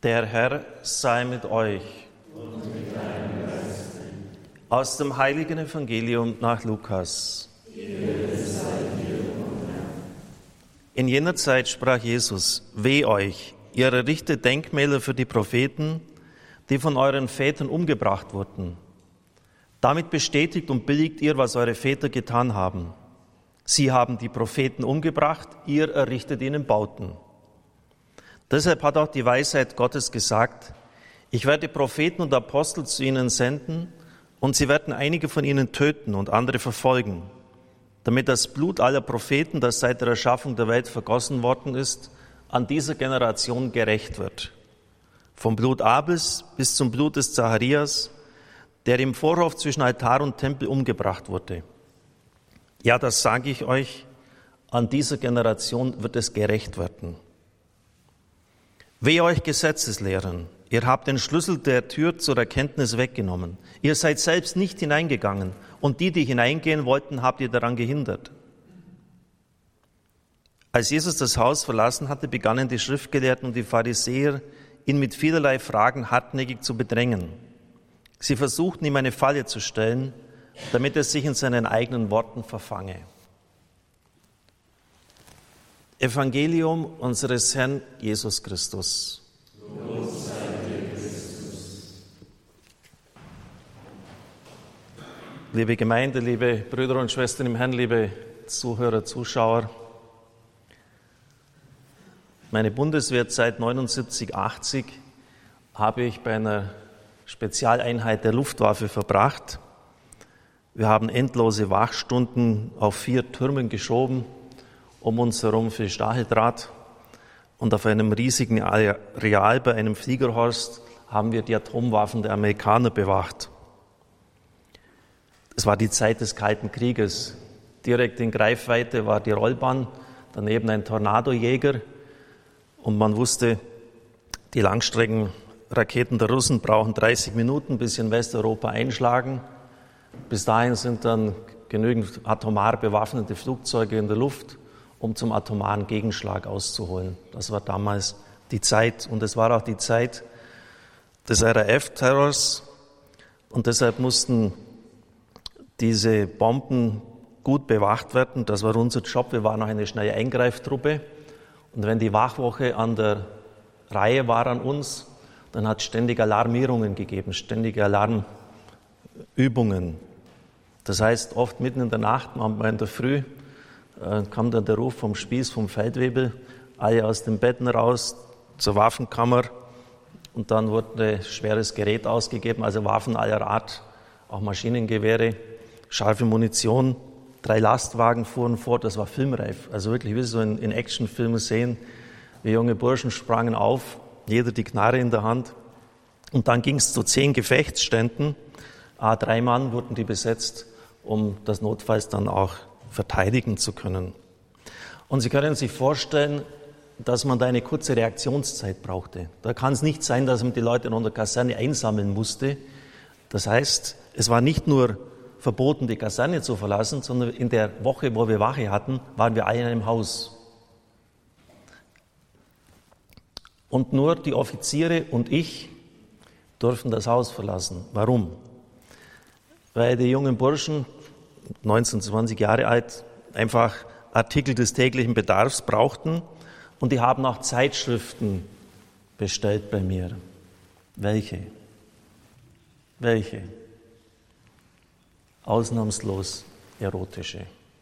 Der Herr sei mit euch. Und mit deinem Geiste. Aus dem heiligen Evangelium nach Lukas. Ehre sei dir, o Herr. In jener Zeit sprach Jesus: Weh euch, ihr errichtet Denkmäler für die Propheten, die von euren Vätern umgebracht wurden. Damit bestätigt und billigt ihr, was eure Väter getan haben. Sie haben die Propheten umgebracht, ihr errichtet ihnen Bauten. Deshalb hat auch die Weisheit Gottes gesagt: Ich werde Propheten und Apostel zu ihnen senden, und sie werden einige von ihnen töten und andere verfolgen, damit das Blut aller Propheten, das seit der Erschaffung der Welt vergossen worden ist, an dieser Generation gerächt wird. Vom Blut Abels bis zum Blut des Zacharias, der im Vorhof zwischen Altar und Tempel umgebracht wurde. Ja, das sage ich euch, an dieser Generation wird es gerächt werden. Wehe euch Gesetzeslehrern, ihr habt den Schlüssel der Tür zur Erkenntnis weggenommen. Ihr seid selbst nicht hineingegangen und die hineingehen wollten, habt ihr daran gehindert. Als Jesus das Haus verlassen hatte, begannen die Schriftgelehrten und die Pharisäer, ihn mit vielerlei Fragen hartnäckig zu bedrängen. Sie versuchten, ihm eine Falle zu stellen, damit er sich in seinen eigenen Worten verfange. Evangelium unseres Herrn Jesus Christus. Lob sei dir, Christus. Liebe Gemeinde, liebe Brüder und Schwestern im Herrn, liebe Zuhörer, Zuschauer, meine Bundeswehrzeit 79-80 habe ich bei einer Spezialeinheit der Luftwaffe verbracht. Wir haben endlose Wachstunden auf 4 Türmen geschoben, um uns herum für Stacheldraht. Und auf einem riesigen Areal bei einem Fliegerhorst haben wir die Atomwaffen der Amerikaner bewacht. Es war die Zeit des Kalten Krieges. Direkt in Greifweite war die Rollbahn, daneben ein Tornadojäger. Und man wusste, die Langstreckenraketen der Russen brauchen 30 Minuten, bis sie in Westeuropa einschlagen. Bis dahin sind dann genügend atomar bewaffnete Flugzeuge in der Luft, um zum atomaren Gegenschlag auszuholen. Das war damals die Zeit. Und es war auch die Zeit des RAF-Terrors. Und deshalb mussten diese Bomben gut bewacht werden. Das war unser Job. Wir waren auch eine schnelle Eingreiftruppe. Und wenn die Wachwoche an der Reihe war an uns, dann hat es ständig Alarmierungen gegeben, ständige Alarmübungen. Das heißt, oft mitten in der Nacht, manchmal in der Früh, kam dann der Ruf vom Spieß, vom Feldwebel, alle aus den Betten raus zur Waffenkammer und dann wurde schweres Gerät ausgegeben, also Waffen aller Art, auch Maschinengewehre, scharfe Munition. 3 Lastwagen fuhren vor, das war filmreif, also wirklich wie so in Actionfilmen sehen, wie junge Burschen sprangen auf, jeder die Knarre in der Hand und dann ging es zu 10 Gefechtsständen, 3 Mann wurden die besetzt, um das notfalls dann auch verteidigen zu können. Und Sie können sich vorstellen, dass man da eine kurze Reaktionszeit brauchte. Da kann es nicht sein, dass man die Leute in der Kaserne einsammeln musste. Das heißt, es war nicht nur verboten, die Kaserne zu verlassen, sondern in der Woche, wo wir Wache hatten, waren wir alle in einem Haus. Und nur die Offiziere und ich durften das Haus verlassen. Warum? Weil die jungen Burschen, 19, 20 Jahre alt, einfach Artikel des täglichen Bedarfs brauchten und die haben auch Zeitschriften bestellt bei mir. Welche? Ausnahmslos erotische.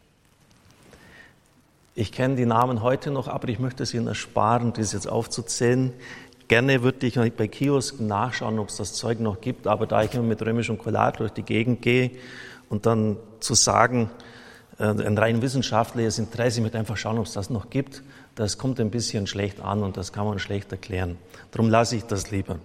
Ich kenne die Namen heute noch, aber ich möchte es Ihnen ersparen, das jetzt aufzuzählen. Gerne würde ich bei Kiosken nachschauen, ob es das Zeug noch gibt, aber da ich immer mit römischem Collar durch die Gegend gehe und dann zu sagen, ein rein wissenschaftliches Interesse, ich möchte einfach schauen, ob es das noch gibt, das kommt ein bisschen schlecht an und das kann man schlecht erklären. Darum lasse ich das lieber.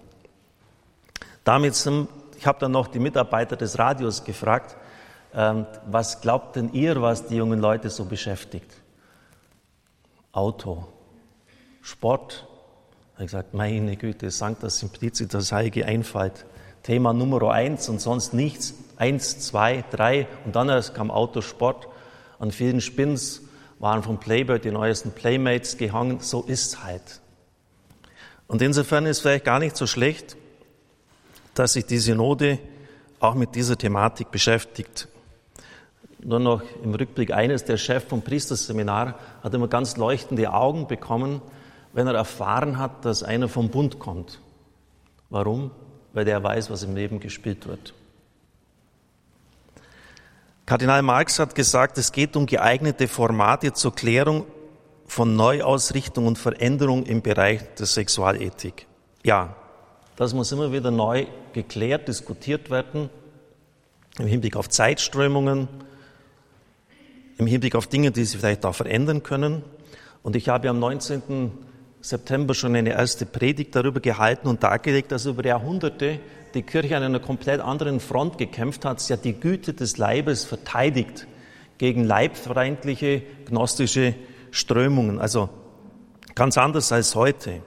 Ich habe dann noch die Mitarbeiter des Radios gefragt, was glaubt denn ihr, was die jungen Leute so beschäftigt? Auto, Sport. Ich habe gesagt, meine Güte, Sancta Simplicitas, heilige Einfalt. Thema Nummer 1 und sonst nichts. 1, 2, 3 und dann erst kam Autosport. An vielen Spins waren vom Playboy die neuesten Playmates gehangen. So ist es halt. Und insofern ist es vielleicht gar nicht so schlecht, dass sich die Synode auch mit dieser Thematik beschäftigt. Nur noch im Rückblick eines, der Chef vom Priesterseminar hat immer ganz leuchtende Augen bekommen, wenn er erfahren hat, dass einer vom Bund kommt. Warum? Weil der weiß, was im Leben gespielt wird. Kardinal Marx hat gesagt, es geht um geeignete Formate zur Klärung von Neuausrichtung und Veränderung im Bereich der Sexualethik. Ja, das muss immer wieder neu geklärt, diskutiert werden, im Hinblick auf Zeitströmungen, im Hinblick auf Dinge, die sich vielleicht auch verändern können. Und ich habe am 19. September schon eine erste Predigt darüber gehalten und dargelegt, dass über Jahrhunderte die Kirche an einer komplett anderen Front gekämpft hat. Sie hat die Güte des Leibes verteidigt gegen leibfeindliche gnostische Strömungen, also ganz anders als heute.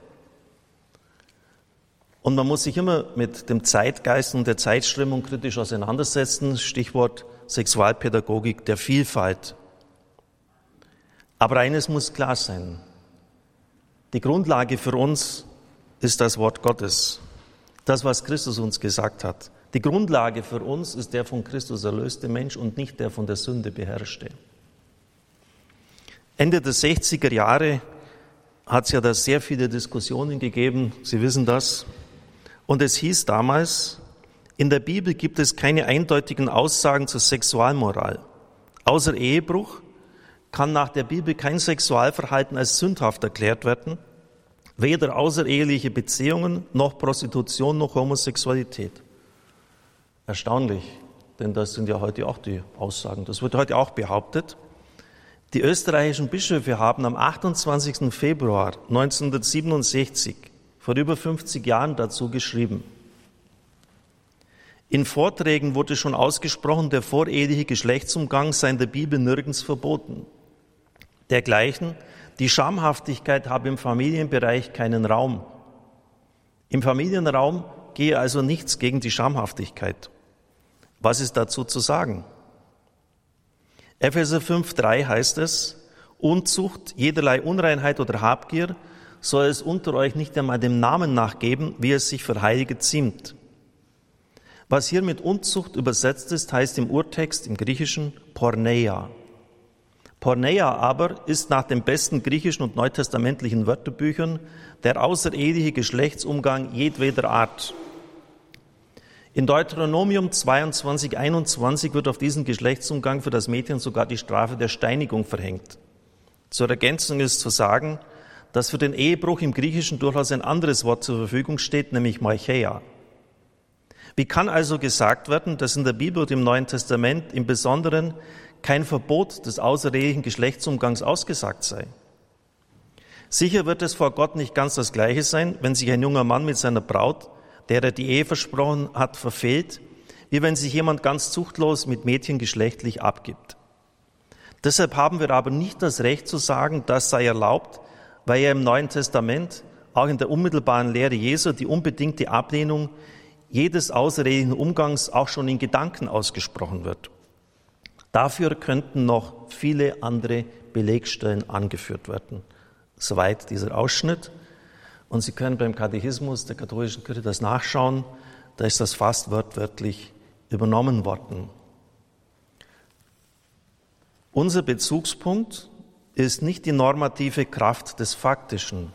Und man muss sich immer mit dem Zeitgeist und der Zeitströmung kritisch auseinandersetzen, Stichwort Sexualpädagogik der Vielfalt. Aber eines muss klar sein: Die Grundlage für uns ist das Wort Gottes, das, was Christus uns gesagt hat. Die Grundlage für uns ist der von Christus erlöste Mensch und nicht der von der Sünde beherrschte. Ende der 60er Jahre hat es ja da sehr viele Diskussionen gegeben, Sie wissen das. Und es hieß damals, in der Bibel gibt es keine eindeutigen Aussagen zur Sexualmoral. Außer Ehebruch kann nach der Bibel kein Sexualverhalten als sündhaft erklärt werden, weder außereheliche Beziehungen, noch Prostitution, noch Homosexualität. Erstaunlich, denn das sind ja heute auch die Aussagen. Das wird heute auch behauptet. Die österreichischen Bischöfe haben am 28. Februar 1967, vor über 50 Jahren, dazu geschrieben: In Vorträgen wurde schon ausgesprochen, der voreheliche Geschlechtsumgang sei in der Bibel nirgends verboten. Dergleichen, die Schamhaftigkeit habe im Familienbereich keinen Raum. Im Familienraum gehe also nichts gegen die Schamhaftigkeit. Was ist dazu zu sagen? Epheser 5,3 heißt es: Unzucht, jederlei Unreinheit oder Habgier soll es unter euch nicht einmal dem Namen nachgeben, wie es sich für Heilige ziemt. Was hier mit Unzucht übersetzt ist, heißt im Urtext, im Griechischen, Porneia. Porneia aber ist nach den besten griechischen und neutestamentlichen Wörterbüchern der außereheliche Geschlechtsumgang jedweder Art. In Deuteronomium 22,21 wird auf diesen Geschlechtsumgang für das Mädchen sogar die Strafe der Steinigung verhängt. Zur Ergänzung ist zu sagen, dass für den Ehebruch im Griechischen durchaus ein anderes Wort zur Verfügung steht, nämlich Moicheia. Wie kann also gesagt werden, dass in der Bibel und im Neuen Testament im Besonderen kein Verbot des außerehelichen Geschlechtsumgangs ausgesagt sei? Sicher wird es vor Gott nicht ganz das Gleiche sein, wenn sich ein junger Mann mit seiner Braut, der er die Ehe versprochen hat, verfehlt, wie wenn sich jemand ganz zuchtlos mit Mädchen geschlechtlich abgibt. Deshalb haben wir aber nicht das Recht zu sagen, das sei erlaubt, weil ja im Neuen Testament, auch in der unmittelbaren Lehre Jesu, die unbedingte Ablehnung jedes außerehelichen Umgangs auch schon in Gedanken ausgesprochen wird. Dafür könnten noch viele andere Belegstellen angeführt werden. Soweit dieser Ausschnitt. Und Sie können beim Katechismus der katholischen Kirche das nachschauen, da ist das fast wörtlich übernommen worden. Unser Bezugspunkt ist nicht die normative Kraft des Faktischen,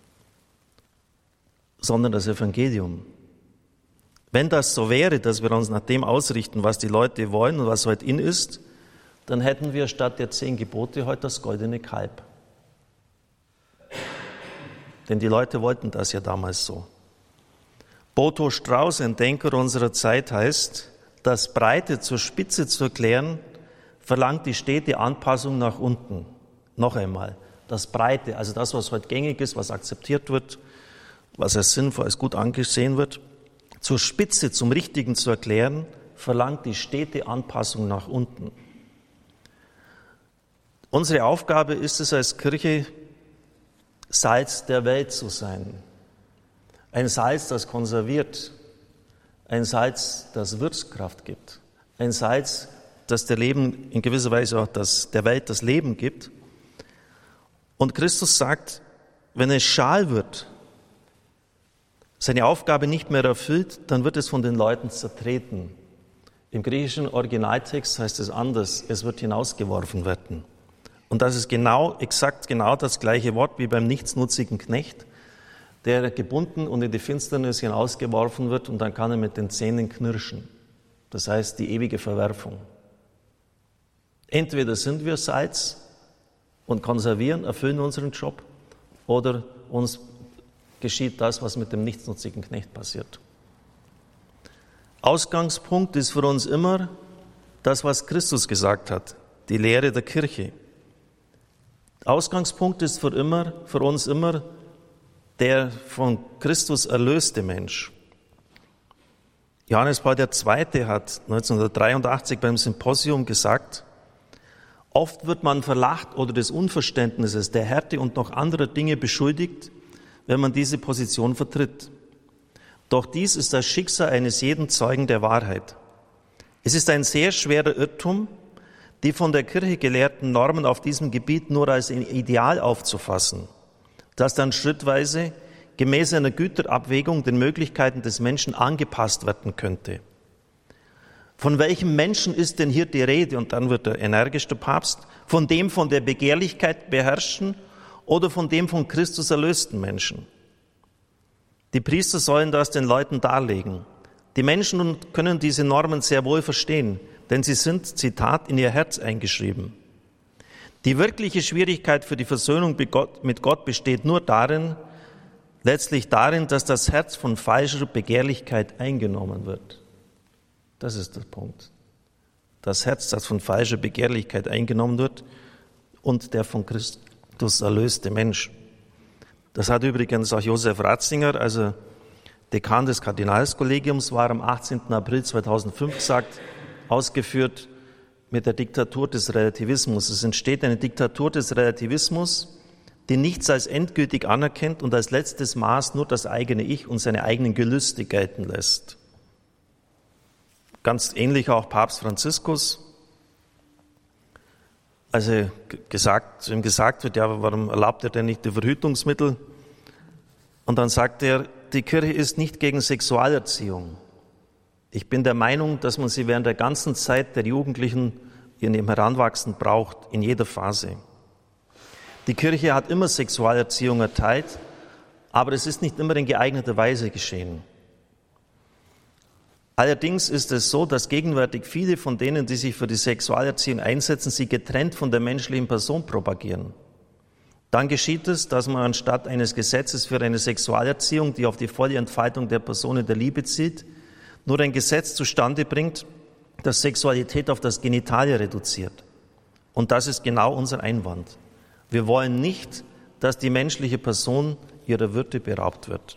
sondern das Evangelium. Wenn das so wäre, dass wir uns nach dem ausrichten, was die Leute wollen und was heute in ist, dann hätten wir statt der 10 Gebote heute das goldene Kalb. Denn die Leute wollten das ja damals so. Boto Strauß, ein Denker unserer Zeit, heißt, das Breite zur Spitze zu erklären, verlangt die stete Anpassung nach unten. Noch einmal, das Breite, also das, was heute gängig ist, was akzeptiert wird, was als sinnvoll, als gut angesehen wird, zur Spitze, zum Richtigen zu erklären, verlangt die stete Anpassung nach unten. Unsere Aufgabe ist es als Kirche, Salz der Welt zu sein. Ein Salz, das konserviert. Ein Salz, das Wirkkraft gibt. Ein Salz, das der Leben, in gewisser Weise auch der Welt das Leben gibt. Und Christus sagt, wenn es schal wird, seine Aufgabe nicht mehr erfüllt, dann wird es von den Leuten zertreten. Im griechischen Originaltext heißt es anders, es wird hinausgeworfen werden. Und das ist exakt das gleiche Wort wie beim nichtsnutzigen Knecht, der gebunden und in die Finsternis hinausgeworfen wird und dann kann er mit den Zähnen knirschen. Das heißt, die ewige Verwerfung. Entweder sind wir Salz und konservieren, erfüllen unseren Job, oder uns geschieht das, was mit dem nichtsnutzigen Knecht passiert. Ausgangspunkt ist für uns immer das, was Christus gesagt hat, die Lehre der Kirche. Ausgangspunkt ist für uns immer der von Christus erlöste Mensch. Johannes Paul II. Hat 1983 beim Symposium gesagt, oft wird man verlacht oder des Unverständnisses, der Härte und noch anderer Dinge beschuldigt, wenn man diese Position vertritt. Doch dies ist das Schicksal eines jeden Zeugen der Wahrheit. Es ist ein sehr schwerer Irrtum, die von der Kirche gelehrten Normen auf diesem Gebiet nur als ein Ideal aufzufassen, das dann schrittweise gemäß einer Güterabwägung den Möglichkeiten des Menschen angepasst werden könnte. Von welchem Menschen ist denn hier die Rede? Und dann wird er energisch, der Papst, von dem von der Begehrlichkeit beherrschten oder von dem von Christus erlösten Menschen? Die Priester sollen das den Leuten darlegen. Die Menschen können diese Normen sehr wohl verstehen, denn sie sind, Zitat, in ihr Herz eingeschrieben. Die wirkliche Schwierigkeit für die Versöhnung mit Gott besteht nur letztlich darin, dass das Herz von falscher Begehrlichkeit eingenommen wird. Das ist der Punkt. Das Herz, das von falscher Begehrlichkeit eingenommen wird und der von Christus erlöste Mensch. Das hat übrigens auch Josef Ratzinger, also Dekan des Kardinalskollegiums, war am 18. April 2005 gesagt, ausgeführt mit der Diktatur des Relativismus. Es entsteht eine Diktatur des Relativismus, die nichts als endgültig anerkennt und als letztes Maß nur das eigene Ich und seine eigenen Gelüste gelten lässt. Ganz ähnlich auch Papst Franziskus, als zu ihm gesagt wird, ja, warum erlaubt er denn nicht die Verhütungsmittel? Und dann sagt er, die Kirche ist nicht gegen Sexualerziehung. Ich bin der Meinung, dass man sie während der ganzen Zeit der Jugendlichen in ihrem Heranwachsen braucht, in jeder Phase. Die Kirche hat immer Sexualerziehung erteilt, aber es ist nicht immer in geeigneter Weise geschehen. Allerdings ist es so, dass gegenwärtig viele von denen, die sich für die Sexualerziehung einsetzen, sie getrennt von der menschlichen Person propagieren. Dann geschieht es, dass man anstatt eines Gesetzes für eine Sexualerziehung, die auf die volle Entfaltung der Person in der Liebe zielt, nur ein Gesetz zustande bringt, das Sexualität auf das Genitale reduziert. Und das ist genau unser Einwand. Wir wollen nicht, dass die menschliche Person ihrer Würde beraubt wird.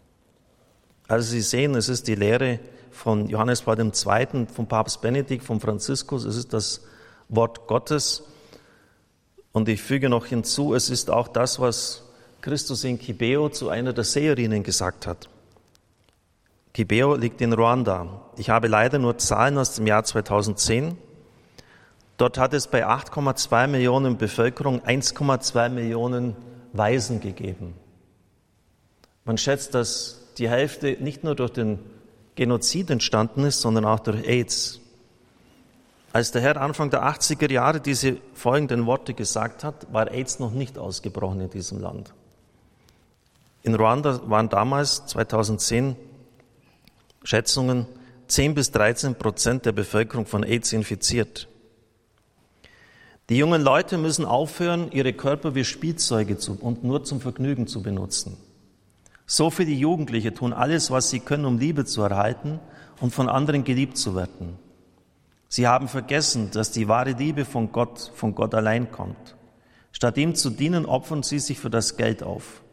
Also Sie sehen, es ist die Lehre von Johannes Paul II., von Papst Benedikt, von Franziskus, es ist das Wort Gottes. Und ich füge noch hinzu, es ist auch das, was Christus in Kibeo zu einer der Seherinnen gesagt hat. Kibeo liegt in Ruanda. Ich habe leider nur Zahlen aus dem Jahr 2010. Dort hat es bei 8,2 Millionen Bevölkerung 1,2 Millionen Waisen gegeben. Man schätzt, dass die Hälfte nicht nur durch den Genozid entstanden ist, sondern auch durch AIDS. Als der Herr Anfang der 80er Jahre diese folgenden Worte gesagt hat, war AIDS noch nicht ausgebrochen in diesem Land. In Ruanda waren damals, 2010, Schätzungen 10-13% der Bevölkerung von AIDS infiziert. Die jungen Leute müssen aufhören, ihre Körper wie Spielzeuge und nur zum Vergnügen zu benutzen. So viele Jugendliche tun alles, was sie können, um Liebe zu erhalten und von anderen geliebt zu werden. Sie haben vergessen, dass die wahre Liebe von Gott allein kommt. Statt ihm zu dienen, opfern sie sich für das Geld auf.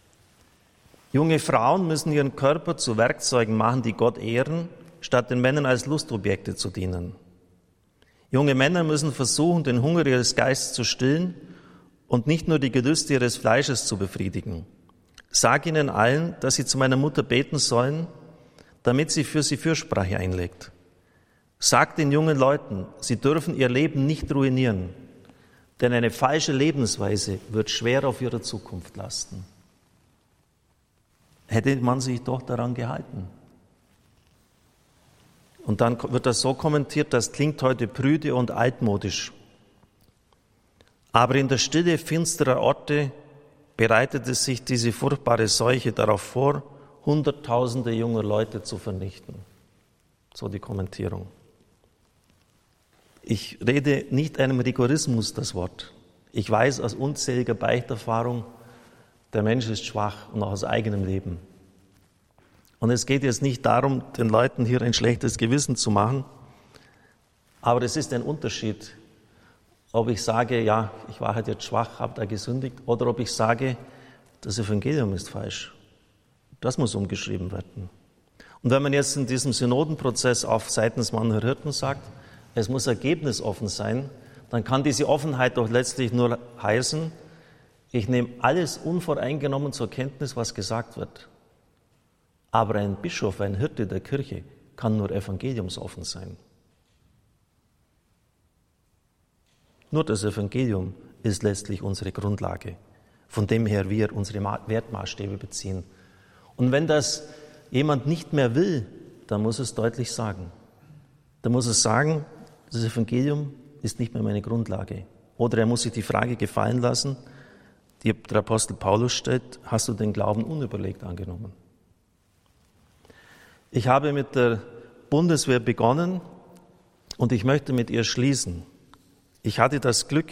Junge Frauen müssen ihren Körper zu Werkzeugen machen, die Gott ehren, statt den Männern als Lustobjekte zu dienen. Junge Männer müssen versuchen, den Hunger ihres Geistes zu stillen und nicht nur die Gelüste ihres Fleisches zu befriedigen. Sag ihnen allen, dass sie zu meiner Mutter beten sollen, damit sie für sie Fürsprache einlegt. Sag den jungen Leuten, sie dürfen ihr Leben nicht ruinieren, denn eine falsche Lebensweise wird schwer auf ihrer Zukunft lasten. hätte man sich doch daran gehalten. Und dann wird das so kommentiert, das klingt heute prüde und altmodisch. Aber in der Stille finsterer Orte bereitete sich diese furchtbare Seuche darauf vor, Hunderttausende junger Leute zu vernichten. So die Kommentierung. Ich rede nicht einem Rigorismus das Wort. Ich weiß aus unzähliger Beichterfahrung, der Mensch ist schwach und auch aus eigenem Leben. Und es geht jetzt nicht darum, den Leuten hier ein schlechtes Gewissen zu machen, aber es ist ein Unterschied, ob ich sage, ja, ich war halt jetzt schwach, habe da gesündigt, oder ob ich sage, das Evangelium ist falsch. Das muss umgeschrieben werden. Und wenn man jetzt in diesem Synodenprozess auf seitens mancher Hirten sagt, es muss ergebnisoffen sein, dann kann diese Offenheit doch letztlich nur heißen, ich nehme alles unvoreingenommen zur Kenntnis, was gesagt wird. Aber ein Bischof, ein Hirte der Kirche kann nur evangeliumsoffen sein. Nur das Evangelium ist letztlich unsere Grundlage, von dem her wir unsere Wertmaßstäbe beziehen. Und wenn das jemand nicht mehr will, dann muss es deutlich sagen. Dann muss es sagen, das Evangelium ist nicht mehr meine Grundlage. Oder er muss sich die Frage gefallen lassen, die der Apostel Paulus stellt, hast du den Glauben unüberlegt angenommen? Ich habe mit der Bundeswehr begonnen und ich möchte mit ihr schließen. Ich hatte das Glück,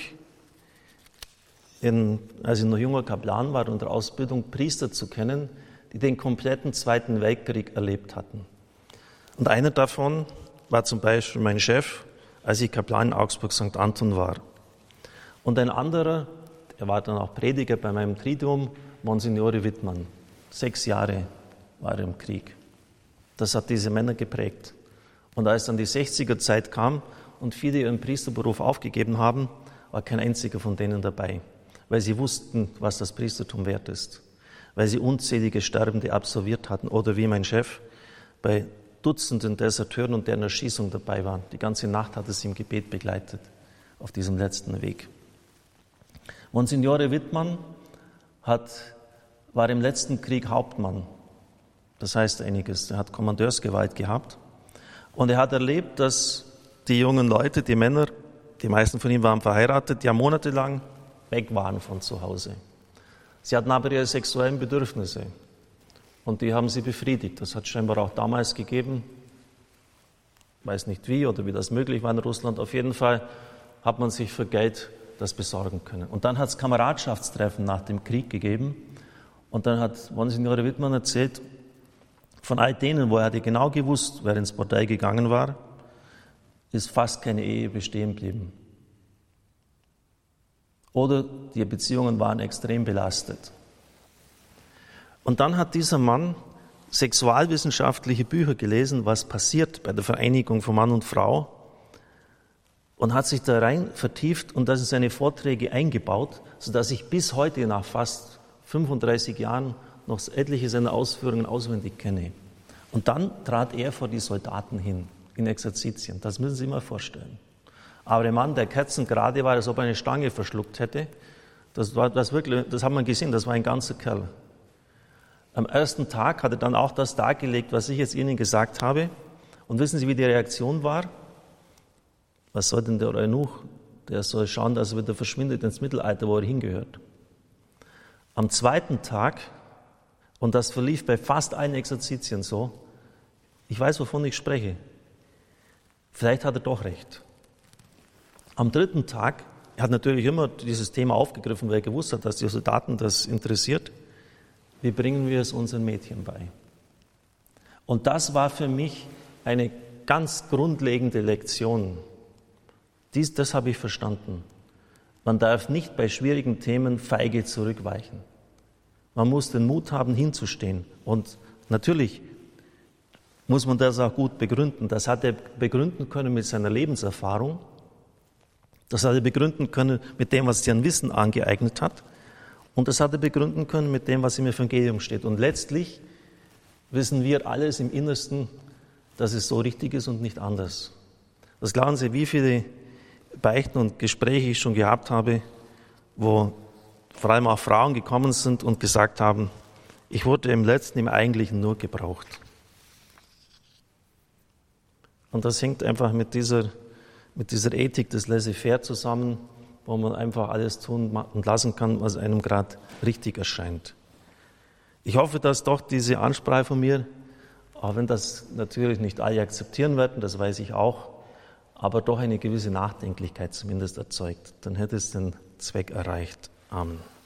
als ich noch junger Kaplan war und der Ausbildung, Priester zu kennen, die den kompletten Zweiten Weltkrieg erlebt hatten. Und einer davon war zum Beispiel mein Chef, als ich Kaplan in Augsburg St. Anton war. Und ein anderer, er war dann auch Prediger bei meinem Triduum, Monsignore Wittmann. 6 Jahre war er im Krieg. Das hat diese Männer geprägt. Und als dann die 60er Zeit kam und viele ihren Priesterberuf aufgegeben haben, war kein einziger von denen dabei, weil sie wussten, was das Priestertum wert ist, weil sie unzählige Sterbende absolviert hatten oder wie mein Chef bei Dutzenden Deserteuren und deren Erschießung dabei waren. Die ganze Nacht hat er sie im Gebet begleitet auf diesem letzten Weg. Monsignore Wittmann war im letzten Krieg Hauptmann. Das heißt einiges. Er hat Kommandeursgewalt gehabt. Und er hat erlebt, dass die jungen Leute, die Männer, die meisten von ihnen waren verheiratet, ja monatelang weg waren von zu Hause. Sie hatten aber ihre sexuellen Bedürfnisse. Und die haben sie befriedigt. Das hat es scheinbar auch damals gegeben. Ich weiß nicht wie oder wie das möglich war in Russland. Auf jeden Fall hat man sich für Geld das besorgen können. Und dann hat es Kameradschaftstreffen nach dem Krieg gegeben. Und dann hat Monsignore Wittmann erzählt, von all denen, wo er hatte genau gewusst, wer ins Bordell gegangen war, ist fast keine Ehe bestehen geblieben. Oder die Beziehungen waren extrem belastet. Und dann hat dieser Mann sexualwissenschaftliche Bücher gelesen, was passiert bei der Vereinigung von Mann und Frau, und hat sich da rein vertieft und das in seine Vorträge eingebaut, sodass ich bis heute nach fast 35 Jahren noch etliche seiner Ausführungen auswendig kenne. Und dann trat er vor die Soldaten hin, in Exerzitien. Das müssen Sie sich mal vorstellen. Aber der Mann, der kerzengerade war, als ob er eine Stange verschluckt hätte, das hat man gesehen, das war ein ganzer Kerl. Am ersten Tag hat er dann auch das dargelegt, was ich jetzt Ihnen gesagt habe. Und wissen Sie, wie die Reaktion war? Was soll denn der Eunuch? Der soll schauen, dass er wieder verschwindet ins Mittelalter, wo er hingehört. Am zweiten Tag, und das verlief bei fast allen Exerzitien so, ich weiß, wovon ich spreche. Vielleicht hat er doch recht. Am dritten Tag, er hat natürlich immer dieses Thema aufgegriffen, weil er gewusst hat, dass die Soldaten das interessiert. Wie bringen wir es unseren Mädchen bei? Und das war für mich eine ganz grundlegende Lektion. Das habe ich verstanden. Man darf nicht bei schwierigen Themen feige zurückweichen. Man muss den Mut haben, hinzustehen. Und natürlich muss man das auch gut begründen. Das hat er begründen können mit seiner Lebenserfahrung. Das hat er begründen können mit dem, was er an Wissen angeeignet hat. Und das hat er begründen können mit dem, was im Evangelium steht. Und letztlich wissen wir alles im Innersten, dass es so richtig ist und nicht anders. Das glauben Sie, wie viele Beichten und Gespräche ich schon gehabt habe, wo vor allem auch Frauen gekommen sind und gesagt haben, Ich wurde im Letzten, im Eigentlichen nur gebraucht. Und das hängt einfach mit dieser Ethik des Laissez-faire zusammen, wo man einfach alles tun und lassen kann, was einem gerade richtig erscheint. Ich hoffe, dass doch diese Ansprache von mir, auch wenn das natürlich nicht alle akzeptieren werden, das weiß ich auch, aber doch eine gewisse Nachdenklichkeit zumindest erzeugt. Dann hätte es den Zweck erreicht. Amen.